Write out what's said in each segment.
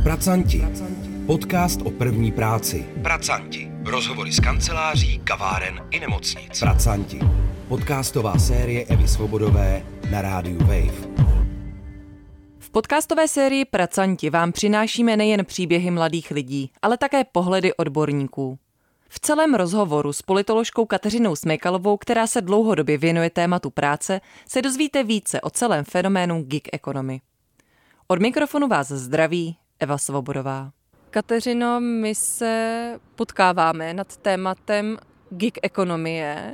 Pracanti. Podcast o první práci. Pracanti. Rozhovory z kanceláří, kaváren i nemocnic. Pracanti. Podcastová série Evy Svobodové na rádiu Wave. V podcastové sérii Pracanti vám přinášíme nejen příběhy mladých lidí, ale také pohledy odborníků. V celém rozhovoru s politoložkou Kateřinou Smejkalovou, která se dlouhodobě věnuje tématu práce, se dozvíte více o celém fenoménu gig economy. Od mikrofonu vás zdraví Eva Svobodová. Kateřino, my se potkáváme nad tématem gig ekonomie.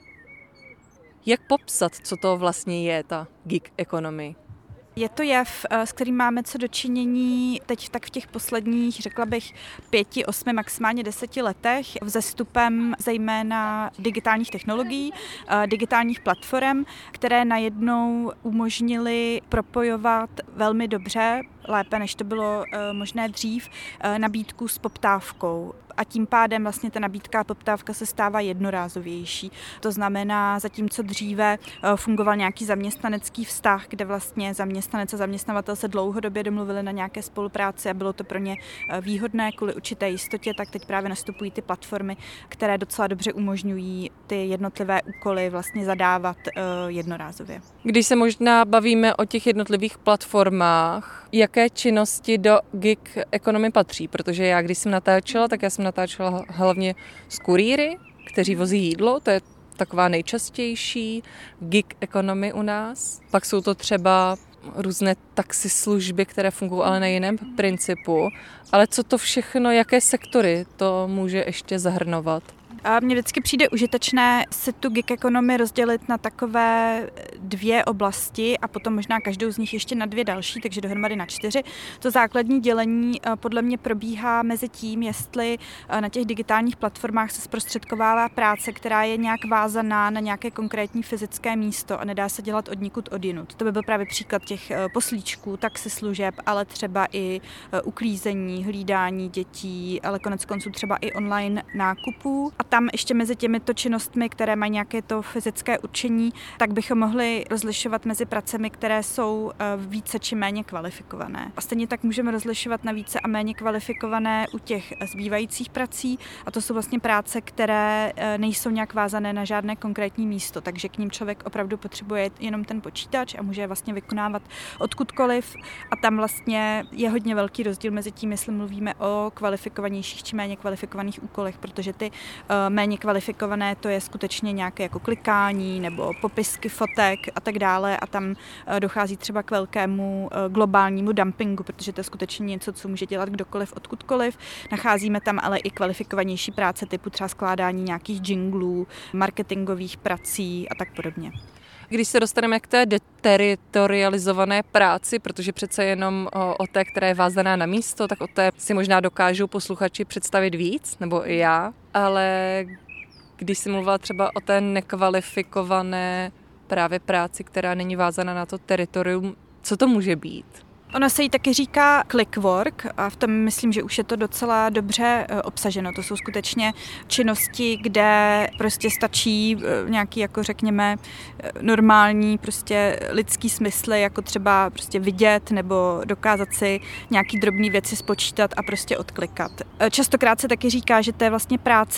Jak popsat, co to vlastně je ta gig economy? Je to jev, s kterým máme co dočinění teď tak v těch posledních, řekla bych, 5, 8, maximálně 10 letech, vzestupem zejména digitálních technologií, digitálních platform, které najednou umožnily propojovat velmi dobře, lépe než to bylo možné dřív, nabídku s poptávkou. A tím pádem vlastně ta nabídka a poptávka se stává jednorázovější. To znamená, zatímco dříve fungoval nějaký zaměstnanecký vztah, kde vlastně zaměstnanec a zaměstnavatel se dlouhodobě domluvili na nějaké spolupráci a bylo to pro ně výhodné kvůli určité jistotě, tak teď právě nastupují ty platformy, které docela dobře umožňují ty jednotlivé úkoly vlastně zadávat jednorázově. Když se možná bavíme o těch jednotlivých platformách, jaké činnosti do gig economy patří? Protože já, když jsem natáčela, tak já jsem natáčela hlavně s kurýry, kteří vozí jídlo, to je taková nejčastější gig economy u nás. Pak jsou to třeba různé taxislužby, které fungují ale na jiném principu. Ale co to všechno, jaké sektory to může ještě zahrnovat? A mně vždycky přijde užitečné si tu gig economy rozdělit na takové 2 oblasti a potom možná každou z nich ještě na 2 další, takže dohromady na 4. To základní dělení podle mě probíhá mezi tím, jestli na těch digitálních platformách se zprostředkovává práce, která je nějak vázaná na nějaké konkrétní fyzické místo a nedá se dělat odnikud odjinud. To by byl právě příklad těch poslíčků, taxislužeb, ale třeba i uklízení, hlídání dětí, ale koneckonců třeba i online nákupů. A tam ještě mezi těmito činnostmi, které mají nějaké to fyzické určení, tak bychom mohli rozlišovat mezi pracemi, které jsou více či méně kvalifikované. A stejně tak můžeme rozlišovat na více a méně kvalifikované u těch zbývajících prací a to jsou vlastně práce, které nejsou nějak vázané na žádné konkrétní místo, takže k ním člověk opravdu potřebuje jenom ten počítač a může je vlastně vykonávat odkudkoliv a tam vlastně je hodně velký rozdíl mezi tím, jestli mluvíme o kvalifikovanějších či méně kvalifikovaných úkolech, protože ty méně kvalifikované, to je skutečně nějaké jako klikání nebo popisky fotek a tak dále a tam dochází třeba k velkému globálnímu dumpingu, protože to je skutečně něco, co může dělat kdokoliv, odkudkoliv. Nacházíme tam ale i kvalifikovanější práce typu třeba skládání nějakých jinglů, marketingových prací a tak podobně. Když se dostaneme k té deteritorializované práci, protože přece jenom o té, která je vázaná na místo, tak o té si možná dokážou posluchači představit víc, nebo i já, ale když jsem mluvila třeba o té nekvalifikované právě práci, která není vázaná na to teritorium, co to může být? Ono se jí taky říká clickwork a v tom myslím, že už je to docela dobře obsaženo. To jsou skutečně činnosti, kde prostě stačí nějaký, jako řekněme, normální prostě lidský smysly, jako třeba prostě vidět nebo dokázat si nějaký drobný věci spočítat a prostě odklikat. Častokrát se taky říká, že to je vlastně práce,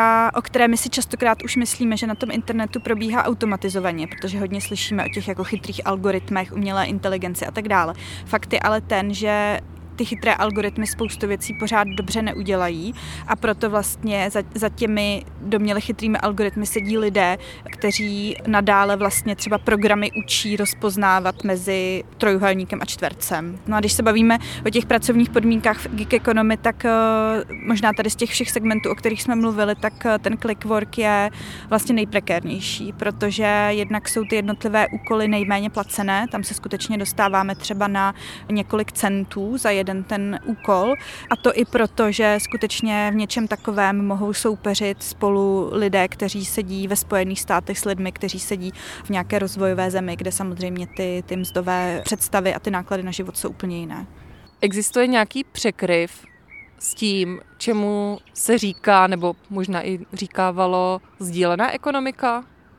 o které my si častokrát už myslíme, že na tom internetu probíhá automatizovaně, protože hodně slyšíme o těch jako chytrých algoritmech, umělé inteligenci a tak dále. Fakt je ale ten, že ty chytré algoritmy spoustu věcí pořád dobře neudělají a proto vlastně za těmi doměle chytrými algoritmy sedí lidé, kteří nadále vlastně třeba programy učí rozpoznávat mezi trojúhelníkem a čtvercem. No a když se bavíme o těch pracovních podmínkách v gig economy, tak možná tady z těch všech segmentů, o kterých jsme mluvili, tak ten clickwork je vlastně nejprekérnější, protože jednak jsou ty jednotlivé úkoly nejméně placené, tam se skutečně dostáváme třeba na několik centů za jeden ten úkol a to i proto, že skutečně v něčem takovém mohou soupeřit spolu lidé, kteří sedí ve Spojených státech s lidmi, kteří sedí v nějaké rozvojové zemi, kde samozřejmě ty mzdové představy a ty náklady na život jsou úplně jiné. Existuje nějaký překryv s tím, čemu se říká, nebo možná i říkávalo sdílená ekonomika?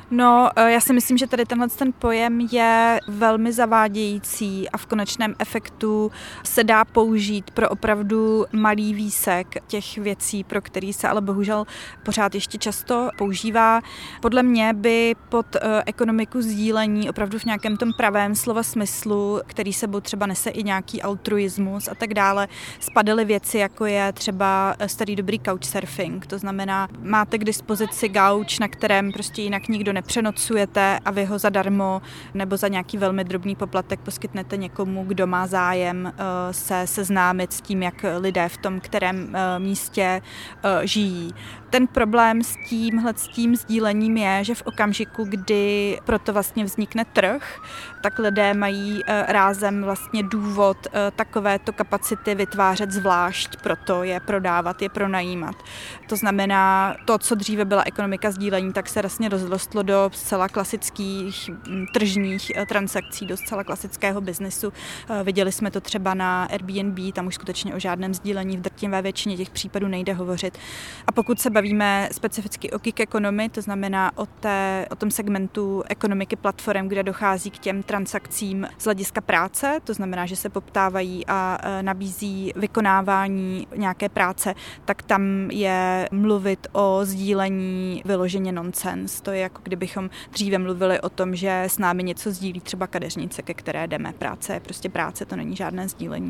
No, já si myslím, že tady ten pojem je velmi zavádějící a v konečném efektu se dá použít pro opravdu malý výsek těch věcí, pro který se ale bohužel pořád ještě často používá. Podle mě by pod ekonomiku sdílení opravdu v nějakém tom pravém slova smyslu, který sebou třeba nese i nějaký altruismus a tak dále, spadaly věci, jako je třeba starý dobrý couchsurfing. To znamená, máte k dispozici gauč, na kterém prostě jinak nikdo nepřenocujete a vy ho zadarmo nebo za nějaký velmi drobný poplatek poskytnete někomu, kdo má zájem se seznámit s tím, jak lidé v tom kterém místě žijí. Ten problém s tím sdílením je, že v okamžiku, kdy proto vlastně vznikne trh, tak lidé mají rázem vlastně důvod takovéto kapacity vytvářet zvlášť, proto je prodávat, je pronajímat. To znamená, to, co dříve byla ekonomika sdílení, tak se vlastně rozrostlo do zcela klasických tržních transakcí, do zcela klasického biznesu. Viděli jsme to třeba na Airbnb, tam už skutečně o žádném sdílení v drtivé většině těch případů nejde hovořit. A pokud se bavíme specificky o gig economy, to znamená o tom segmentu ekonomiky platform, kde dochází k těm transakcím z hlediska práce, to znamená, že se poptávají a nabízí vykonávání nějaké práce, tak tam je mluvit o sdílení vyloženě nonsens. To je jako kdybychom dříve mluvili o tom, že s námi něco sdílí třeba kadeřnice, ke které jdeme. Práce je prostě práce, to není žádné sdílení.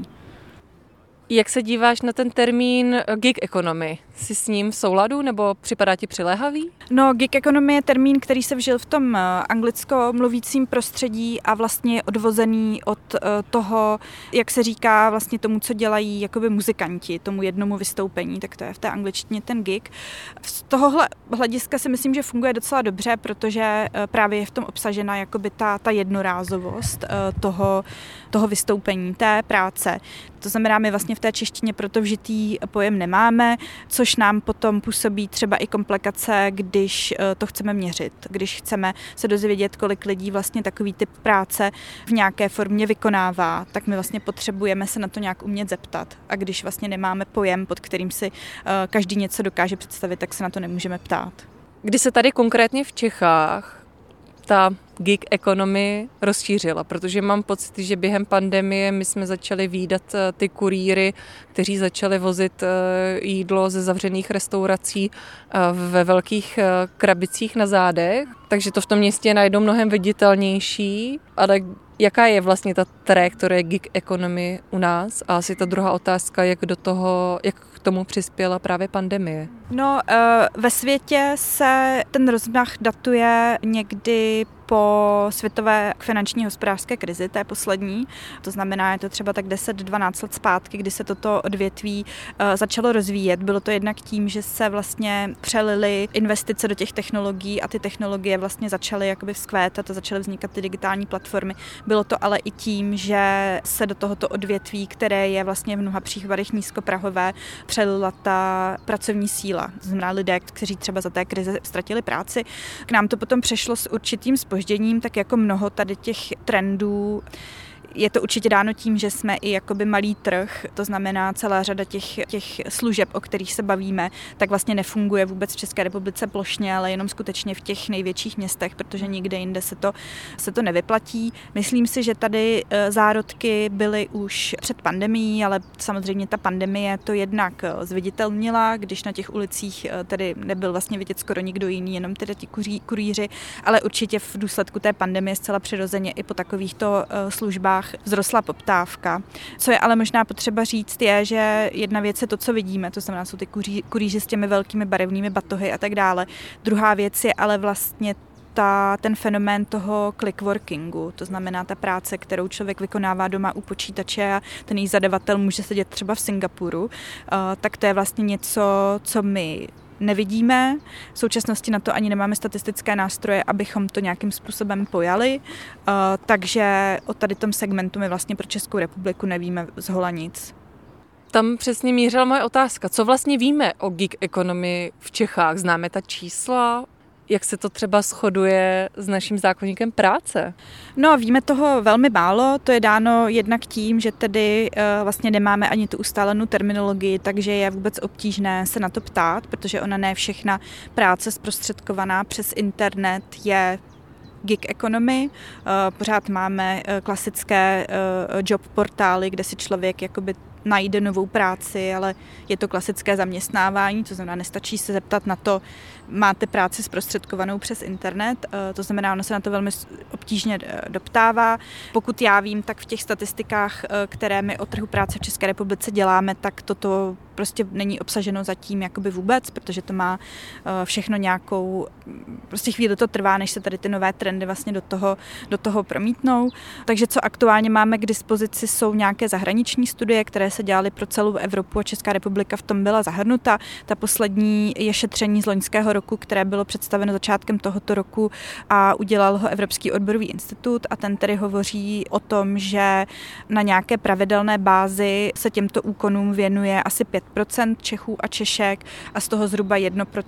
Jak se díváš na ten termín gig economy? Jsi s ním v souladu nebo připadá ti přiléhavý? No, gig economy je termín, který se vžil v tom anglicko-mluvícím prostředí a vlastně je odvozený od toho, jak se říká vlastně tomu, co dělají jakoby muzikanti, tomu jednomu vystoupení, tak to je v té angličtině ten gig. Z tohohle hlediska si myslím, že funguje docela dobře, protože právě je v tom obsažena jakoby ta jednorázovost toho vystoupení, té práce. To znamená, my vlastně v té češtině proto vžitý pojem nemáme, což nám potom působí třeba i komplikace, když to chceme měřit. Když chceme se dozvědět, kolik lidí vlastně takový typ práce v nějaké formě vykonává, tak my vlastně potřebujeme se na to nějak umět zeptat. A když vlastně nemáme pojem, pod kterým si každý něco dokáže představit, tak se na to nemůžeme ptát. Kdy se tady konkrétně v Čechách ta gig economy rozšířila, protože mám pocit, že během pandemie my jsme začali vídat ty kurýry, kteří začali vozit jídlo ze zavřených restaurací ve velkých krabicích na zádech, takže to v tom městě je najednou mnohem viditelnější, ale jaká je vlastně ta trajektorie gig economy u nás? A asi ta druhá otázka, jak k tomu přispěla právě pandemie. No, ve světě se ten rozmach datuje někdy po světové finanční hospodářské krizi, té poslední. To znamená, je to třeba tak 10-12 let zpátky, kdy se toto odvětví začalo rozvíjet. Bylo to jednak tím, že se vlastně přelily investice do těch technologií a ty technologie vlastně začaly jakoby vzkvétat a začaly vznikat ty digitální platformy. Bylo to ale i tím, že se do tohoto odvětví, které je vlastně v mnoha případech nízkoprahové, přelila ta pracovní síla. To znamená lidé, kteří třeba za té krize ztratili práci. K nám to potom přešlo s určitým zpožděním, tak jako mnoho tady těch trendů. Je to určitě dáno tím, že jsme i jakoby malý trh, to znamená celá řada těch služeb, o kterých se bavíme, tak vlastně nefunguje vůbec v České republice plošně, ale jenom skutečně v těch největších městech, protože nikde jinde se to nevyplatí. Myslím si, že tady zárodky byly už před pandemií, ale samozřejmě ta pandemie to jednak zviditelnila, když na těch ulicích tedy nebyl vlastně vidět skoro nikdo jiný, jenom tedy ti kurýři, ale určitě v důsledku té pandemie zcela přirozeně i po takovýchto službách vzrostla poptávka. Co je ale možná potřeba říct je, že jedna věc je to, co vidíme, to znamená, jsou ty kurýři s těmi velkými barevnými batohy a tak dále. Druhá věc je ale vlastně ten fenomén toho clickworkingu, to znamená ta práce, kterou člověk vykonává doma u počítače a ten její zadavatel může sedět třeba v Singapuru, tak to je vlastně něco, co my nevidíme. V současnosti na to ani nemáme statistické nástroje, abychom to nějakým způsobem pojali, takže o tady tom segmentu my vlastně pro Českou republiku nevíme zhola nic. Tam přesně mířila moje otázka. Co vlastně víme o gig economy v Čechách? Známe ta čísla? Jak se to třeba shoduje s naším zákoníkem práce? No, víme toho velmi málo, to je dáno jednak tím, že tedy vlastně nemáme ani tu ustálenou terminologii, takže je vůbec obtížné se na to ptát, protože ona ne všechna práce zprostředkovaná přes internet je gig economy. Pořád máme klasické job portály, kde si člověk jakoby najde novou práci, ale je to klasické zaměstnávání, to znamená, nestačí se zeptat na to, máte práci zprostředkovanou přes internet, to znamená, ono se na to velmi obtížně doptává. Pokud já vím, tak v těch statistikách, které my o trhu práce v České republice děláme, tak toto prostě není obsaženo zatím jakoby vůbec, protože to má všechno nějakou, prostě chvíli to trvá, než se tady ty nové trendy vlastně do toho promítnou. Takže co aktuálně máme k dispozici, jsou nějaké zahraniční studie, které se dělaly pro celou Evropu a Česká republika v tom byla zahrnuta. Ta poslední je šetření z loňského roku, které bylo představeno začátkem tohoto roku a udělal ho Evropský odborový institut a ten tedy hovoří o tom, že na nějaké pravidelné bázi se těmto úkonům věnuje asi 5% Čechů a Češek a z toho zhruba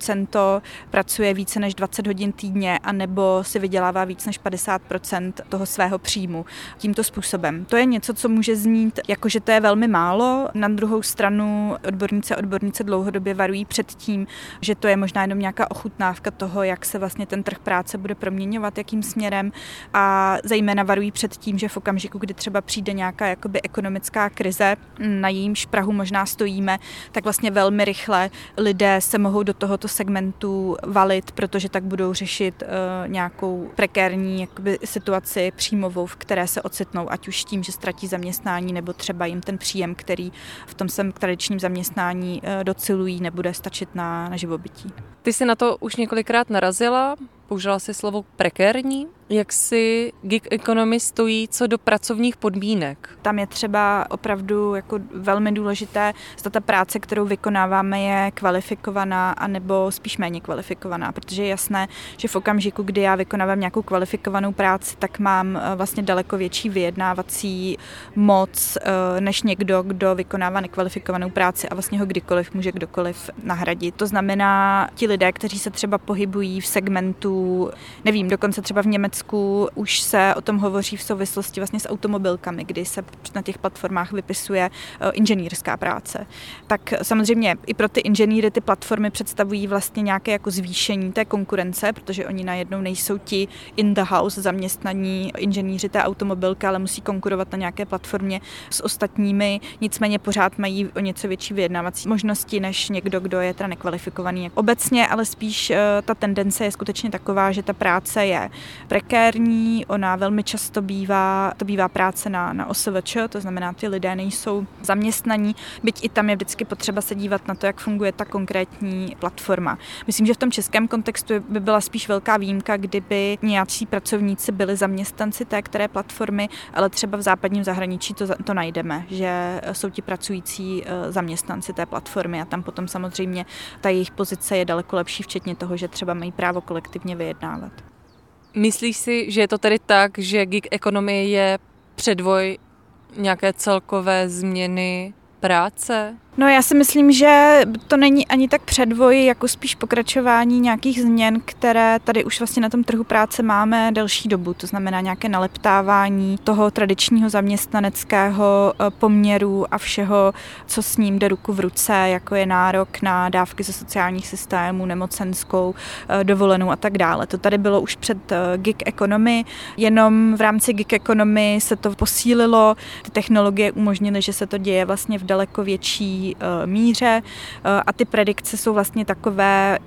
1% pracuje více než 20 hodin týdně anebo si vydělává víc než 50% toho svého příjmu tímto způsobem. To je něco, co může znít jako, že to je velmi málo. Na druhou stranu odborníci dlouhodobě varují před tím, že to je možná jenom nějaká ochutnávka toho, jak se vlastně ten trh práce bude proměňovat, jakým směrem a zejména varují před tím, že v okamžiku, kdy třeba přijde nějaká jakoby ekonomická krize, na jejímž prahu možná stojíme, tak vlastně velmi rychle lidé se mohou do tohoto segmentu valit, protože tak budou řešit nějakou prekérní jakoby situaci příjmovou, v které se ocitnou, ať už tím, že ztratí zaměstnání, nebo třeba jim ten příjem, který v tom svém tradičním zaměstnání docilují, nebude stačit na živobytí. Ty jsi na to už několikrát narazila, použila jsi slovo prekérní. Jak si gig economy stojí co do pracovních podmínek? Tam je třeba opravdu jako velmi důležité, zda ta práce, kterou vykonáváme, je kvalifikovaná anebo spíš méně kvalifikovaná, protože je jasné, že v okamžiku, kdy já vykonávám nějakou kvalifikovanou práci, tak mám vlastně daleko větší vyjednávací moc než někdo, kdo vykonává nekvalifikovanou práci a vlastně ho kdykoliv může kdokoliv nahradit. To znamená, ti lidé, kteří se třeba pohybují v segmentu, nevím, dokonce třeba v Německu už se o tom hovoří v souvislosti vlastně s automobilkami, kdy se na těch platformách vypisuje inženýrská práce. Tak samozřejmě i pro ty inženýry ty platformy představují vlastně nějaké jako zvýšení té konkurence, protože oni najednou nejsou ti in the house zaměstnaní inženýři té automobilky, ale musí konkurovat na nějaké platformě s ostatními, nicméně pořád mají o něco větší vyjednávací možnosti než někdo, kdo je teda nekvalifikovaný. Obecně ale spíš ta tendence je skutečně taková, že ta práce je prekérní, ona velmi často bývá práce na OSVČ, to znamená, ty lidé nejsou zaměstnaní, byť i tam je vždycky potřeba se dívat na to, jak funguje ta konkrétní platforma. Myslím, že v tom českém kontextu by byla spíš velká výjimka, kdyby nějací pracovníci byli zaměstnanci té které platformy, ale třeba v západním zahraničí to najdeme, že jsou ti pracující zaměstnanci té platformy a tam potom samozřejmě ta jejich pozice je daleko lepší, včetně toho, že třeba mají právo kolektivně vyjednávat. Myslíš si, že je to tedy tak, že gig economy je předvoj nějaké celkové změny práce? No já si myslím, že to není ani tak předvoj, jako spíš pokračování nějakých změn, které tady už vlastně na tom trhu práce máme delší dobu. To znamená nějaké naleptávání toho tradičního zaměstnaneckého poměru a všeho, co s ním jde ruku v ruce, jako je nárok na dávky ze sociálních systémů, nemocenskou, dovolenou a tak dále. To tady bylo už před gig economy, jenom v rámci gig economy se to posílilo, ty technologie umožnily, že se to děje vlastně v daleko větší míře a ty predikce jsou vlastně takové,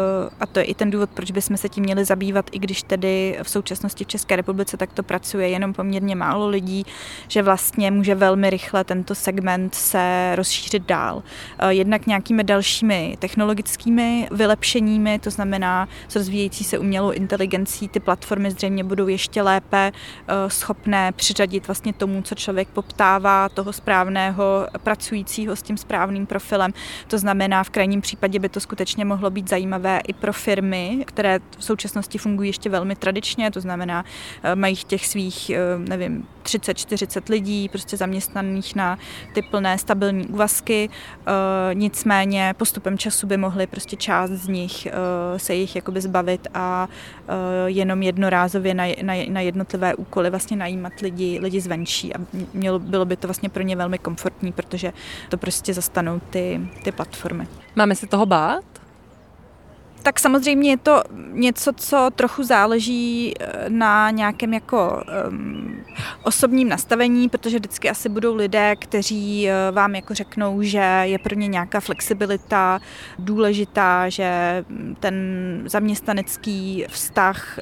a to je i ten důvod, proč bychom se tím měli zabývat, i když tedy v současnosti v České republice takto pracuje jenom poměrně málo lidí, že vlastně může velmi rychle tento segment se rozšířit dál. Jednak nějakými dalšími technologickými vylepšeními, to znamená s rozvíjející se umělou inteligencí, ty platformy zřejmě budou ještě lépe schopné přiřadit vlastně tomu, co člověk poptává, toho správného pracujícího s tím správným profilem. To znamená, v krajním případě by to skutečně mohlo být zajímavé i pro firmy, které v současnosti fungují ještě velmi tradičně, to znamená, mají těch svých, nevím, 30-40 lidí, prostě zaměstnaných na ty plné stabilní úvazky, nicméně postupem času by mohli prostě část z nich se jich jakoby zbavit a jenom jednorázově na jednotlivé úkoly vlastně najímat lidi zvenčí a bylo by to vlastně pro ně velmi komfortní, protože to prostě zastanou ty platformy. Máme se toho bát? Tak samozřejmě je to něco, co trochu záleží na nějakém jako osobním nastavení, protože vždycky asi budou lidé, kteří vám jako řeknou, že je pro ně nějaká flexibilita důležitá, že ten zaměstnanecký vztah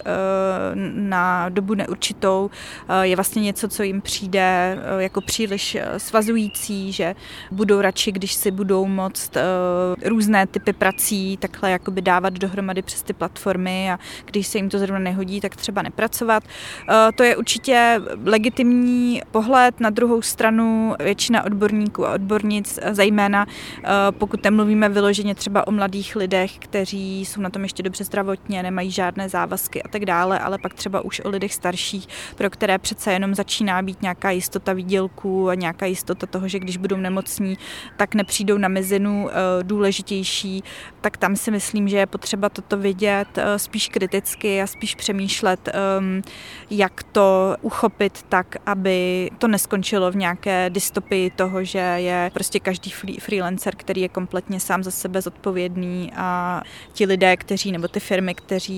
na dobu neurčitou je vlastně něco, co jim přijde jako příliš svazující, že budou radši, když si budou moct různé typy prací takhle jakoby dávat dohromady přes ty platformy a když se jim to zrovna nehodí, tak třeba nepracovat. To je určitě legitimní pohled. Na druhou stranu většina odborníků a odbornic, zejména pokud nemluvíme vyloženě třeba o mladých lidech, kteří jsou na tom ještě dobře zdravotně, nemají žádné závazky a tak dále, ale pak třeba už o lidech starších, pro které přece jenom začíná být nějaká jistota výdělků a nějaká jistota toho, že když budou nemocní, tak nepřijdou na mizinu důležitější, tak tam si myslím, že je potřeba toto vidět spíš kriticky a spíš přemýšlet, jak to uchopit tak, aby to neskončilo v nějaké dystopii toho, že je prostě každý freelancer, který je kompletně sám za sebe zodpovědný a ti lidé, nebo ty firmy,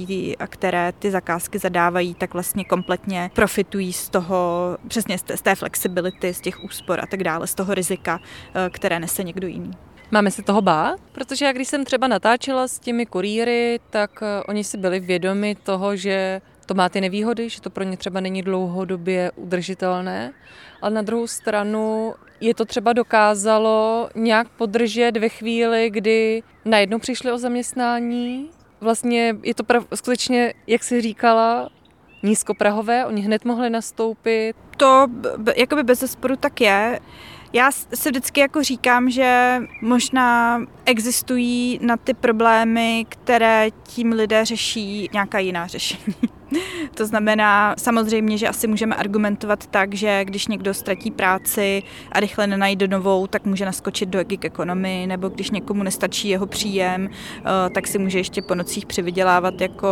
které ty zakázky zadávají, tak vlastně kompletně profitují z toho, přesně z té flexibility, z těch úspor a tak dále, z toho rizika, které nese někdo jiný. Máme se toho bát? Protože já když jsem třeba natáčela s těmi kurýry, tak oni si byli vědomi toho, že to má ty nevýhody, že to pro ně třeba není dlouhodobě udržitelné, ale na druhou stranu je to třeba dokázalo nějak podržet ve chvíli, kdy najednou přišli o zaměstnání. Vlastně je to skutečně, jak jsi říkala, nízkoprahové, oni hned mohli nastoupit. To jakoby bezesporu tak je. Já si vždycky jako říkám, že možná existují na ty problémy, které tím lidé řeší, nějaká jiná řešení. To znamená samozřejmě, že asi můžeme argumentovat tak, že když někdo ztratí práci a rychle nenajde novou, tak může naskočit do gig economy, nebo když někomu nestačí jeho příjem, tak si může ještě po nocích přivydělávat jako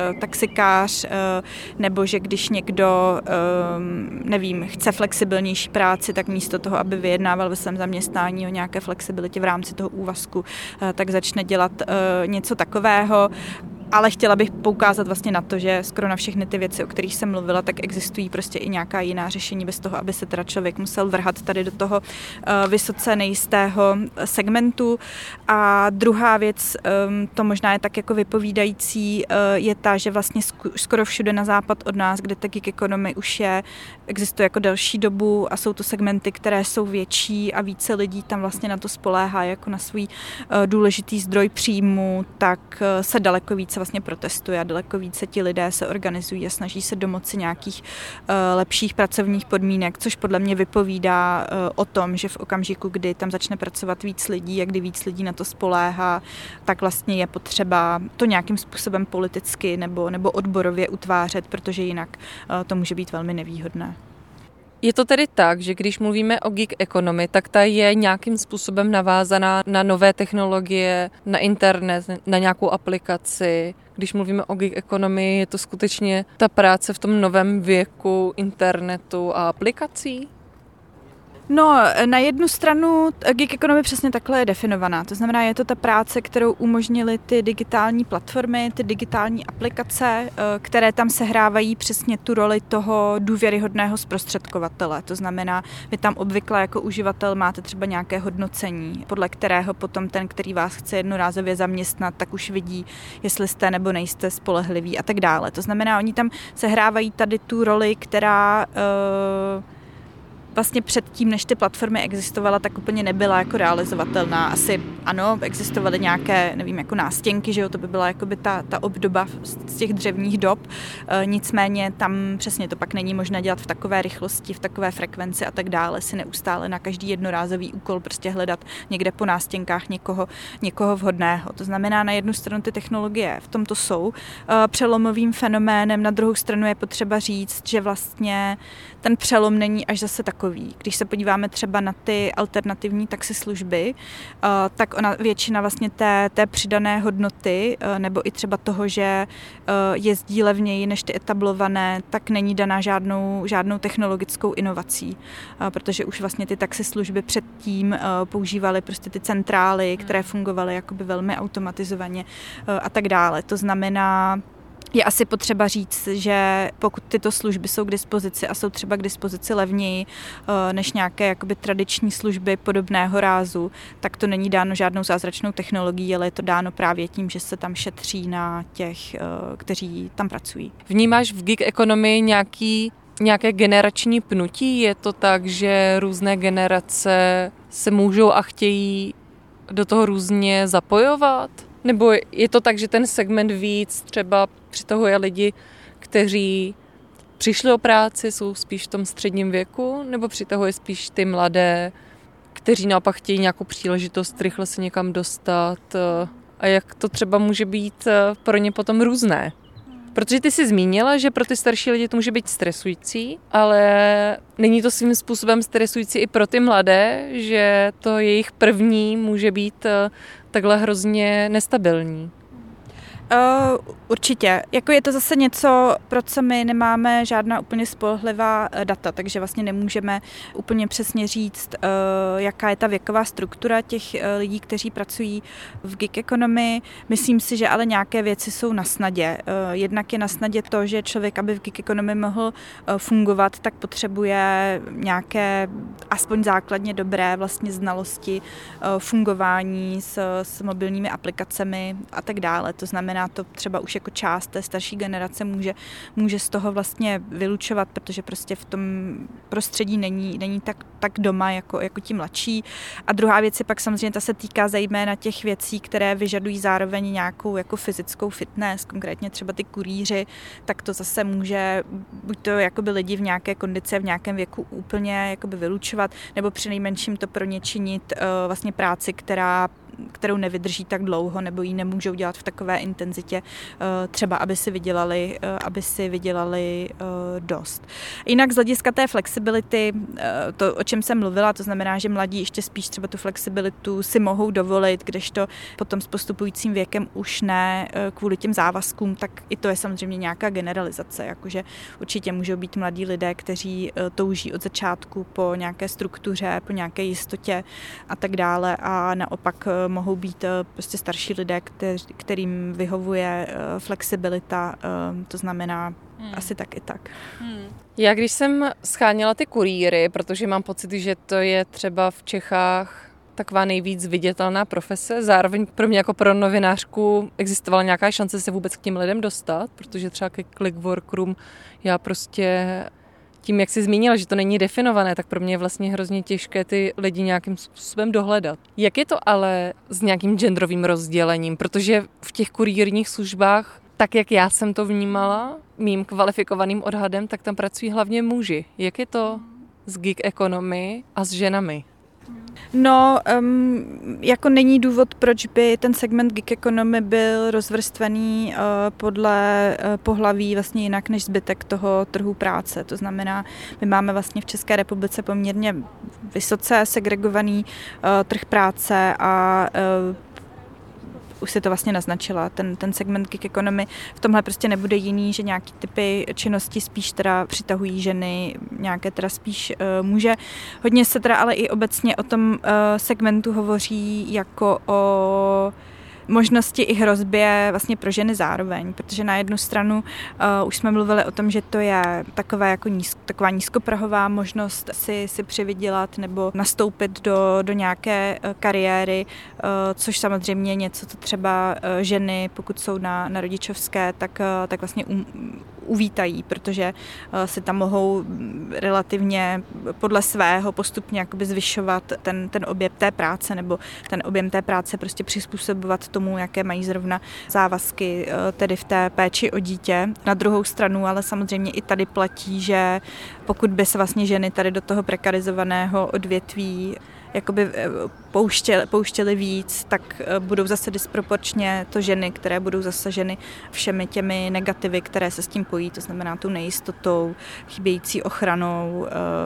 taxikář, nebo že když někdo, nevím, chce flexibilnější práci, tak místo toho, aby vyjednával ve svém zaměstnání o nějaké flexibilitě v rámci toho úvazku, tak začne dělat něco takového. Ale chtěla bych poukázat vlastně na to, že skoro na všechny ty věci, o kterých jsem mluvila, tak existují prostě i nějaká jiná řešení bez toho, aby se teda člověk musel vrhat tady do toho vysoce nejistého segmentu. A druhá věc, to možná je tak jako vypovídající, je ta, že vlastně skoro všude na západ od nás, kde ta gig economy už existuje jako delší dobu a jsou to segmenty, které jsou větší a více lidí tam vlastně na to spoléhá jako na svůj důležitý zdroj příjmu, tak se daleko více vlastně protestuje a daleko více ti lidé se organizují a snaží se domoci nějakých lepších pracovních podmínek, což podle mě vypovídá o tom, že v okamžiku, kdy tam začne pracovat víc lidí a kdy víc lidí na to spoléhá, tak vlastně je potřeba to nějakým způsobem politicky nebo odborově utvářet, protože jinak to může být velmi nevýhodné. Je to tedy tak, že když mluvíme o gig economy, tak ta je nějakým způsobem navázaná na nové technologie, na internet, na nějakou aplikaci. Když mluvíme o gig economy, je to skutečně ta práce v tom novém věku internetu a aplikací? No, na jednu stranu gig economy přesně takhle je definovaná. To znamená, je to ta práce, kterou umožnily ty digitální platformy, ty digitální aplikace, které tam sehrávají přesně tu roli toho důvěryhodného zprostředkovatele. To znamená, vy tam obvykle jako uživatel máte třeba nějaké hodnocení, podle kterého potom ten, který vás chce jednorázově zaměstnat, tak už vidí, jestli jste nebo nejste spolehliví a tak dále. To znamená, oni tam sehrávají tady tu roli, která vlastně předtím, než ty platformy existovala, tak úplně nebyla jako realizovatelná. Asi ano, existovaly nějaké, nevím, jako nástěnky, že jo, to by byla jakoby ta obdoba z těch dřevních dob. Nicméně tam přesně to pak není možné dělat v takové rychlosti, v takové frekvenci a tak dále, si neustále na každý jednorázový úkol prostě hledat někde po nástěnkách někoho vhodného. To znamená, na jednu stranu ty technologie v tomto jsou přelomovým fenoménem, na druhou stranu je potřeba říct, že vlastně ten přelom není až zase takový. Když se podíváme třeba na ty alternativní taxislužby, tak ona většina vlastně té přidané hodnoty, nebo i třeba toho, že jezdí levněji než ty etablované, tak není daná žádnou technologickou inovací, protože už vlastně ty taxislužby předtím používaly prostě ty centrály, které fungovaly jakoby velmi automatizovaně a tak dále. To znamená, je asi potřeba říct, že pokud tyto služby jsou k dispozici a jsou třeba k dispozici levněji než nějaké jakoby tradiční služby podobného rázu, tak to není dáno žádnou zázračnou technologií, ale je to dáno právě tím, že se tam šetří na těch, kteří tam pracují. Vnímáš v gig economy nějaké generační pnutí? Je to tak, že různé generace se můžou a chtějí do toho různě zapojovat? Nebo je to tak, že ten segment víc třeba přitahuje lidi, kteří přišli o práci, jsou spíš v tom středním věku, nebo přitahuje spíš ty mladé, kteří naopak chtějí nějakou příležitost rychle se někam dostat? A jak to třeba může být pro ně potom různé? Protože ty jsi zmínila, že pro ty starší lidi to může být stresující, ale není to svým způsobem stresující i pro ty mladé, že to jejich první může být takhle hrozně nestabilní. Určitě. Jako je to zase něco, pro co my nemáme žádná úplně spolehlivá data, takže vlastně nemůžeme úplně přesně říct, jaká je ta věková struktura těch lidí, kteří pracují v gig economy. Myslím si, že ale nějaké věci jsou na snadě. Jednak je na snadě to, že člověk, aby v gig economy mohl fungovat, tak potřebuje nějaké aspoň základně dobré vlastně znalosti fungování s mobilními aplikacemi a tak dále. To znamená, to třeba už jako část té starší generace může z toho vlastně vylučovat, protože prostě v tom prostředí není tak doma jako ti mladší. A druhá věc je pak samozřejmě, ta se týká zejména těch věcí, které vyžadují zároveň nějakou jako fyzickou fitness, konkrétně třeba ty kurýři, tak to zase může buď to jakoby lidi v nějaké kondici, v nějakém věku úplně jakoby vylučovat, nebo přinejmenším to pro ně činit vlastně práci, kterou nevydrží tak dlouho, nebo ji nemůžou dělat v takové intenzitě, třeba aby si vydělali dost. Jinak z hlediska té flexibility, to, o čem jsem mluvila, to znamená, že mladí ještě spíš třeba tu flexibilitu si mohou dovolit, kdežto potom s postupujícím věkem už ne kvůli těm závazkům, tak i to je samozřejmě nějaká generalizace, jakože určitě můžou být mladí lidé, kteří touží od začátku po nějaké struktuře, po nějaké jistotě a tak dále, a naopak mohou být prostě starší lidé, kterým vyhovuje flexibilita, to znamená asi tak i tak. Já když jsem sháněla ty kurýry, protože mám pocit, že to je třeba v Čechách taková nejvíc viditelná profese, zároveň pro mě jako pro novinářku existovala nějaká šance se vůbec k těm lidem dostat, protože třeba ke Clickworkerům já prostě tím, jak jsi zmínila, že to není definované, tak pro mě je vlastně hrozně těžké ty lidi nějakým způsobem dohledat. Jak je to ale s nějakým genderovým rozdělením? Protože v těch kurýrních službách, tak jak já jsem to vnímala, mým kvalifikovaným odhadem, tak tam pracují hlavně muži. Jak je to s gig economy a s ženami? No, jako není důvod, proč by ten segment gig economy byl rozvrstvený podle pohlaví vlastně jinak než zbytek toho trhu práce. To znamená, my máme vlastně v České republice poměrně vysoce segregovaný trh práce a už si to vlastně naznačila, ten segment gig economy v tomhle prostě nebude jiný, že nějaký typy činnosti spíš teda přitahují ženy, nějaké teda spíš muže. Hodně se teda ale i obecně o tom segmentu hovoří jako o možnosti i hrozbě vlastně pro ženy zároveň, protože na jednu stranu už jsme mluvili o tom, že to je taková nízkoprahová možnost si přivydělat nebo nastoupit do nějaké kariéry, což samozřejmě něco, co třeba ženy, pokud jsou na rodičovské, tak vlastně uvítají, protože si tam mohou relativně podle svého postupně jakoby zvyšovat ten objem té práce nebo ten objem té práce prostě přizpůsobovat tomu, jaké mají zrovna závazky tedy v té péči o dítě. Na druhou stranu ale samozřejmě i tady platí, že pokud by se vlastně ženy tady do toho prekarizovaného odvětví jakoby pouštěly víc, tak budou zase disproporčně to ženy, které budou zasaženy všemi těmi negativy, které se s tím pojí, to znamená tu nejistotou, chybějící ochranou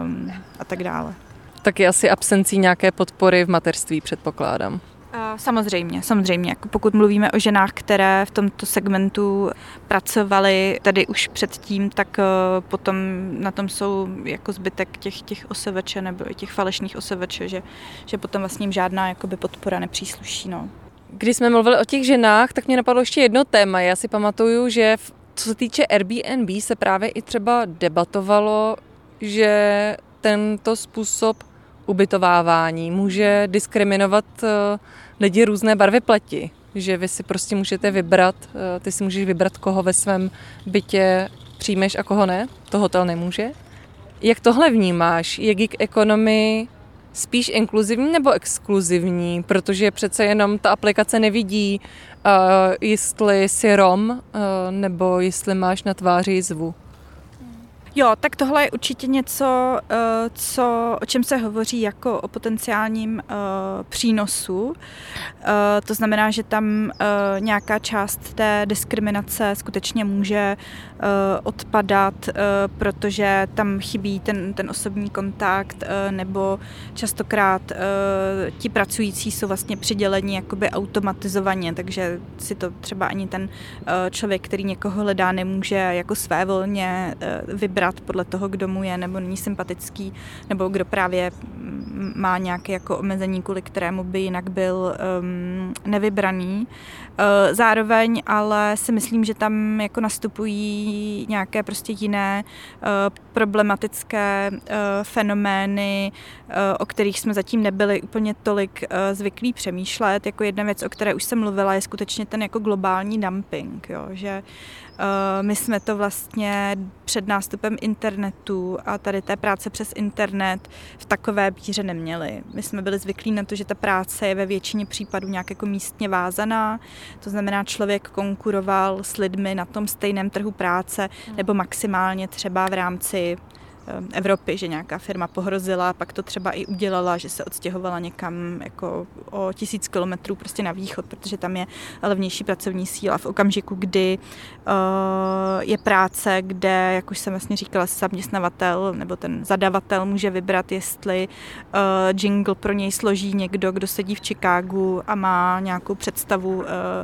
a tak dále. Taky asi absencí nějaké podpory v mateřství, předpokládám. Samozřejmě. Jako pokud mluvíme o ženách, které v tomto segmentu pracovaly tady už předtím, tak potom na tom jsou jako zbytek těch OSVČ nebo i těch falešných OSVČ, že potom vlastně jim žádná jakoby podpora nepřísluší. No. Když jsme mluvili o těch ženách, tak mě napadlo ještě jedno téma. Já si pamatuju, že co se týče Airbnb se právě i třeba debatovalo, že tento způsob ubytovávání může diskriminovat lidi různé barvy pleti, že vy si prostě můžete vybrat, ty si můžeš vybrat, koho ve svém bytě přijmeš a koho ne, to hotel nemůže. Jak tohle vnímáš? Je gig economy spíš inkluzivní nebo exkluzivní? Protože přece jenom ta aplikace nevidí, jestli jsi Rom nebo jestli máš na tváři jizvu. Jo, tak tohle je určitě něco, o čem se hovoří jako o potenciálním přínosu. To znamená, že tam nějaká část té diskriminace skutečně může odpadat, protože tam chybí ten osobní kontakt, nebo častokrát ti pracující jsou vlastně přiděleni jakoby automatizovaně, takže si to třeba ani ten člověk, který někoho hledá, nemůže jako svévolně vybrat podle toho, kdo mu je nebo není sympatický, nebo kdo právě má nějaké jako omezení, kvůli kterému by jinak byl nevybraný. Zároveň ale si myslím, že tam jako nastupují nějaké prostě jiné problematické fenomény, o kterých jsme zatím nebyli úplně tolik zvyklí přemýšlet. Jako jedna věc, o které už jsem mluvila, je skutečně ten jako globální dumping, jo, že my jsme to vlastně před nástupem internetu a tady té práce přes internet v takové míře neměli. My jsme byli zvyklí na to, že ta práce je ve většině případů nějak jako místně vázaná, to znamená, člověk konkuroval s lidmi na tom stejném trhu práce nebo maximálně třeba v rámci Evropy, že nějaká firma pohrozila, pak to třeba i udělala, že se odstěhovala někam jako o 1000 kilometrů prostě na východ, protože tam je levnější pracovní síla v okamžiku, kdy je práce, kde, jak už jsem vlastně říkala, zaměstnavatel nebo ten zadavatel může vybrat, jestli jingle pro něj složí někdo, kdo sedí v Chicagu a má nějakou představu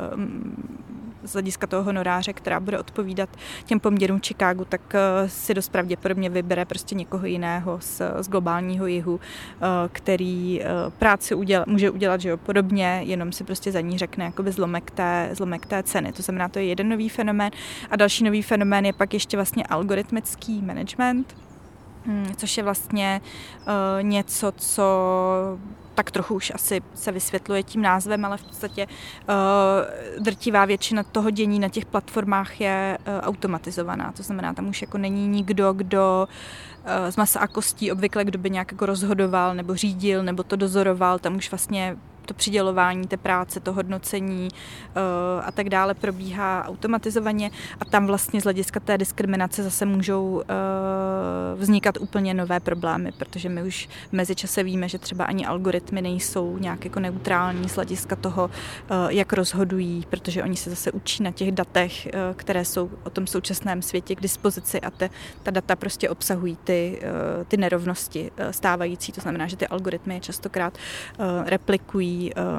z hlediska toho honoráře, která bude odpovídat těm poměrům Chicagu, tak si dost pravděpodobně vybere prostě někoho jiného z globálního jihu, který práci může udělat, že jo, podobně, jenom si prostě za ní řekne jakoby zlomek té ceny. To znamená, to je jeden nový fenomén. A další nový fenomén je pak ještě vlastně algoritmický management, což je vlastně něco, co tak trochu už asi se vysvětluje tím názvem, ale v podstatě drtivá většina toho dění na těch platformách je automatizovaná. To znamená, tam už jako není nikdo, kdo z masa a kostí obvykle, kdo by nějak jako rozhodoval nebo řídil nebo to dozoroval. Tam už vlastně to přidělování té práce, to hodnocení a tak dále probíhá automatizovaně a tam vlastně z hlediska té diskriminace zase můžou vznikat úplně nové problémy, protože my už v mezičase víme, že třeba ani algoritmy nejsou nějak jako neutrální z hlediska toho, jak rozhodují, protože oni se zase učí na těch datech, které jsou o tom současném světě k dispozici a ta data prostě obsahují ty nerovnosti stávající, to znamená, že ty algoritmy je častokrát replikují,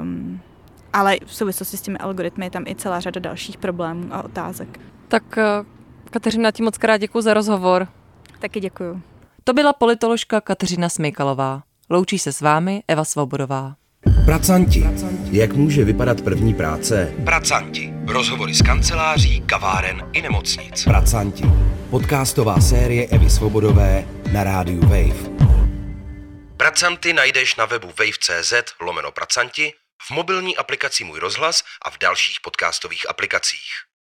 ale v souvislosti s těmi algoritmy je tam i celá řada dalších problémů a otázek. Tak Kateřina, ti moc krát děkuji za rozhovor. Taky děkuju. To byla politoložka Kateřina Smejkalová. Loučí se s vámi Eva Svobodová. Pracanti. Jak může vypadat první práce? Pracanti. Rozhovory z kanceláří, kaváren i nemocnic. Pracanti. Podcastová série Evy Svobodové na rádiu Wave. Pracanti najdeš na webu wave.cz/pracanti, v mobilní aplikaci Můj rozhlas a v dalších podcastových aplikacích.